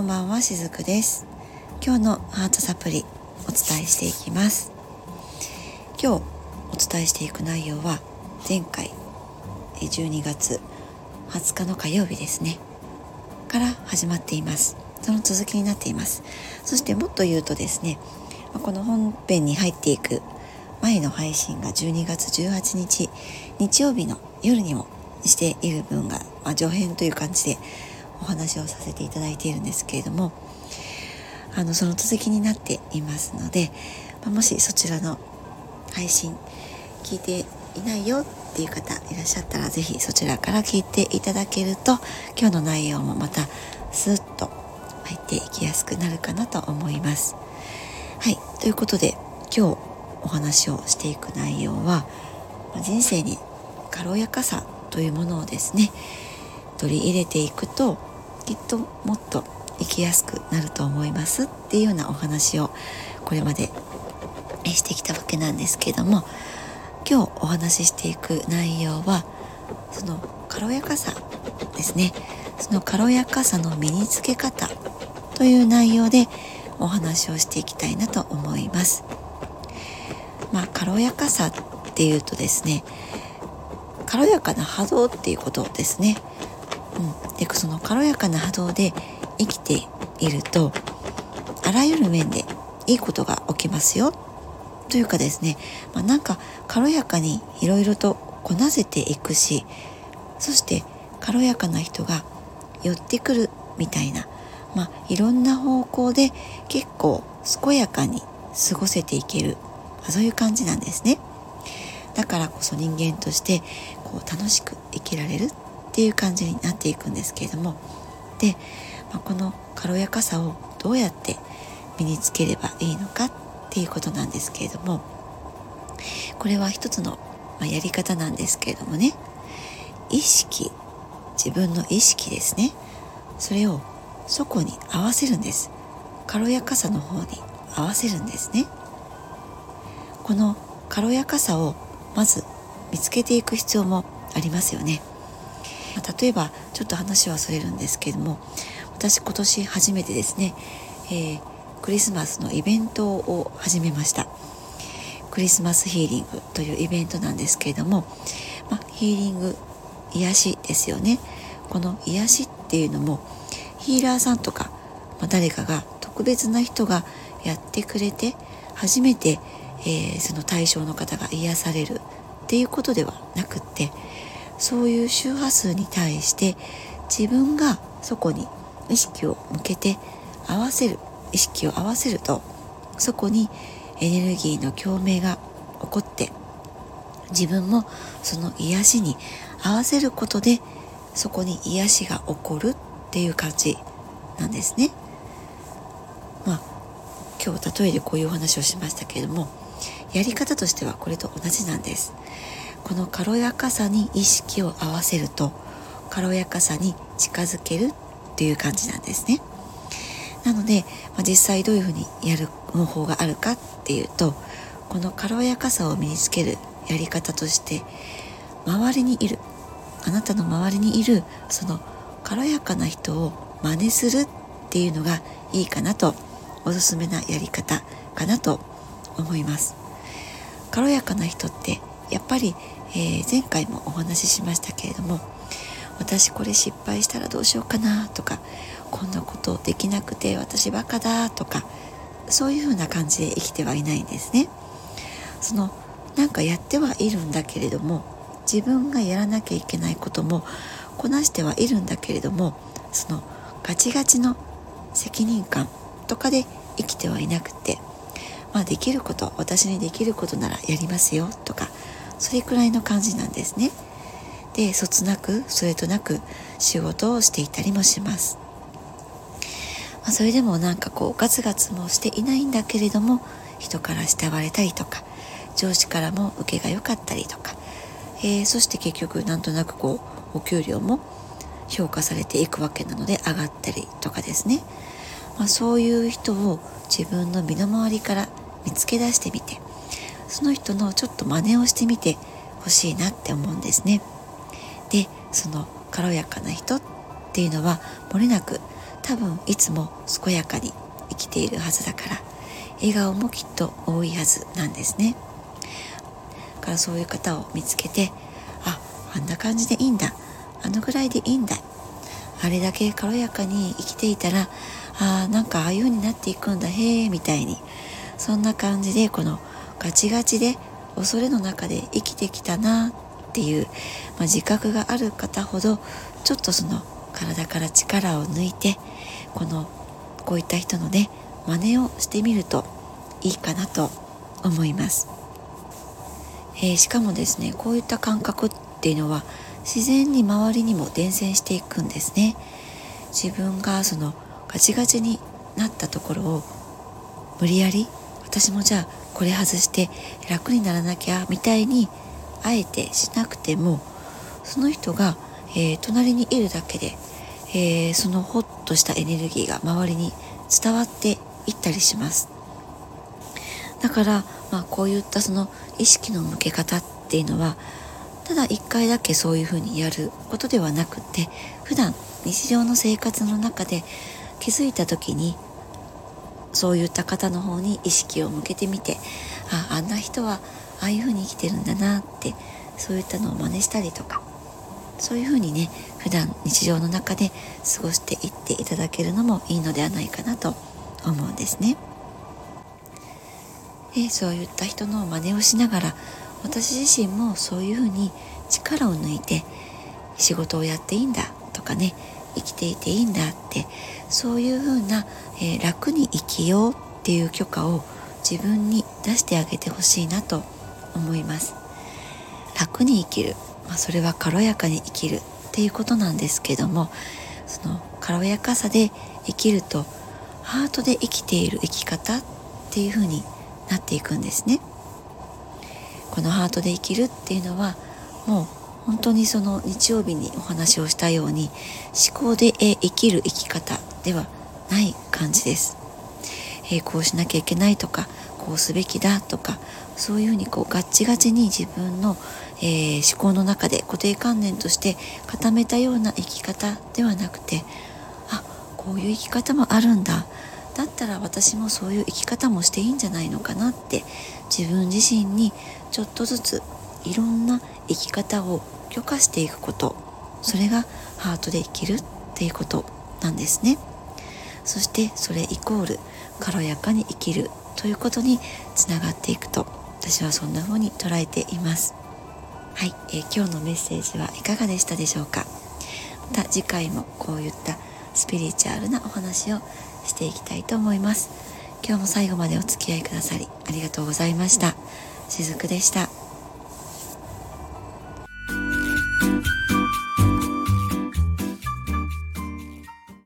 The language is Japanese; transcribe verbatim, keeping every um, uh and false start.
んばんは、しずくです。今日のハートサプリお伝えしていきます。今日お伝えしていく内容は前回じゅうにがつはつかの火曜日ですねから始まっています。その続きになっています。そしてもっと言うとですね、この本編に入っていく前の配信がじゅうにがつじゅうはちにち日曜日の夜にもしている分が、まあ、上編という感じでお話をさせていただいているんですけれども、あのその続きになっていますので、まあ、もしそちらの配信聞いていないよっていう方いらっしゃったら、ぜひそちらから聞いていただけると今日の内容もまたスーッと入っていきやすくなるかなと思います。はい、ということで今日お話をしていく内容は、まあ、人生に軽やかさというものをですね取り入れていくときっともっと生きやすくなると思いますっていうようなお話をこれまでしてきたわけなんですけれども、今日お話ししていく内容はその軽やかさですね。その軽やかさの身につけ方という内容でお話をしていきたいなと思います。まあ軽やかさっていうとですね、軽やかな波動っていうことですね。うん、でその軽やかな波動で生きているとあらゆる面でいいことが起きますよというかですね、まあ、なんか軽やかにいろいろとこなせていくし、そして軽やかな人が寄ってくるみたいな、まあ、いろんな方向で結構健やかに過ごせていける、そういう感じなんですね。だからこそ人間としてこう楽しく生きられるっていう感じになっていくんですけれども、で、まあ、この軽やかさをどうやって身につければいいのかっていうことなんですけれども、これは一つの、まあ、やり方なんですけれどもね、意識、自分の意識ですね、それをそこに合わせるんです。軽やかさの方に合わせるんですね。この軽やかさをまず見つけていく必要もありますよね。例えばちょっと話はそれるんですけれども、私今年初めてですね、えー、クリスマスのイベントを始めました。クリスマスヒーリングというイベントなんですけれども、まあ、ヒーリング、癒しですよね。この癒しっていうのもヒーラーさんとか、まあ、誰かが特別な人がやってくれて初めて、えー、その対象の方が癒されるっていうことではなくって、そういう周波数に対して自分がそこに意識を向けて合わせる、意識を合わせるとそこにエネルギーの共鳴が起こって、自分もその癒しに合わせることでそこに癒しが起こるっていう感じなんですね。まあ今日例えでこういうお話をしましたけれども、やり方としてはこれと同じなんです。この軽やかさに意識を合わせると軽やかさに近づけるっていう感じなんですね。なので、まあ、実際どういうふうにやる方法があるかっていうと、この軽やかさを身につけるやり方として、周りにいるあなたの周りにいるその軽やかな人を真似するっていうのがいいかなと、おすすめなやり方かなと思います。軽やかな人ってやっぱり、えー、前回もお話ししましたけれども、私これ失敗したらどうしようかなとか、こんなことできなくて私バカだとか、そういう風な感じで生きてはいないんですね。そのなんかやってはいるんだけれども、自分がやらなきゃいけないこともこなしてはいるんだけれども、そのガチガチの責任感とかで生きてはいなくて、まあできること、私にできることならやりますよとか、それくらいの感じなんですね。で、そつなくそれとなく仕事をしていたりもします。まあ、それでもなんかこうガツガツもしていないんだけれども、人から慕われたりとか、上司からも受けが良かったりとか、えー、そして結局なんとなくこうお給料も評価されていくわけなので上がったりとかですね。まあ、そういう人を自分の身の回りから見つけ出してみて、その人のちょっと真似をしてみてほしいなって思うんですね。で、その軽やかな人っていうのはもれなく多分いつも健やかに生きているはずだから、笑顔もきっと多いはずなんですね。だからそういう方を見つけて、あ、あんな感じでいいんだ、あのぐらいでいいんだ、あれだけ軽やかに生きていたら、あなんかああいう風になっていくんだ、へえみたいに、そんな感じでこのガチガチで恐れの中で生きてきたなっていう、まあ、自覚がある方ほど、ちょっとその体から力を抜いて、このこういった人のね真似をしてみるといいかなと思います。えー、しかもですね、こういった感覚っていうのは自然に周りにも伝染していくんですね。自分がそのガチガチになったところを無理やり、私もじゃあこれ外して楽にならなきゃみたいにあえてしなくても、その人が、えー、隣にいるだけで、えー、そのホッとしたエネルギーが周りに伝わっていったりします。だから、まあ、こういったその意識の向け方っていうのは、ただ一回だけそういうふうにやることではなくて、普段日常の生活の中で気づいた時にそういった方の方に意識を向けてみて、あ、あんな人はああいうふうに生きてるんだなって、そういったのを真似したりとか、そういうふうにね、普段日常の中で過ごしていっていただけるのもいいのではないかなと思うんですね。で、そういった人の真似をしながら、私自身もそういうふうに力を抜いて仕事をやっていいんだとかね、生きていていいんだって、そういうふうな、えー、楽に生きようっていう許可を自分に出してあげてほしいなと思います。楽に生きる、まあ、それは軽やかに生きるっていうことなんですけども、その軽やかさで生きるとハートで生きている生き方っていうふうになっていくんですね。このハートで生きるっていうのは、もう本当にその日曜日にお話をしたように、思考で生きる生き方ではない感じです。えー、こうしなきゃいけないとか、こうすべきだとか、そういうふうにこうガッチガチに自分の、えー、思考の中で固定観念として固めたような生き方ではなくて、あ、こういう生き方もあるんだ、だったら私もそういう生き方もしていいんじゃないのかなって、自分自身にちょっとずついろんな生き方を許可していくこと、それがハートで生きるっていうことなんですね。そしてそれイコール軽やかに生きるということにつながっていくと、私はそんな風に捉えています。はい、えー、今日のメッセージはいかがでしたでしょうか。また次回もこういったスピリチュアルなお話をしていきたいと思います。今日も最後までお付き合いくださりありがとうございました。しずくでした。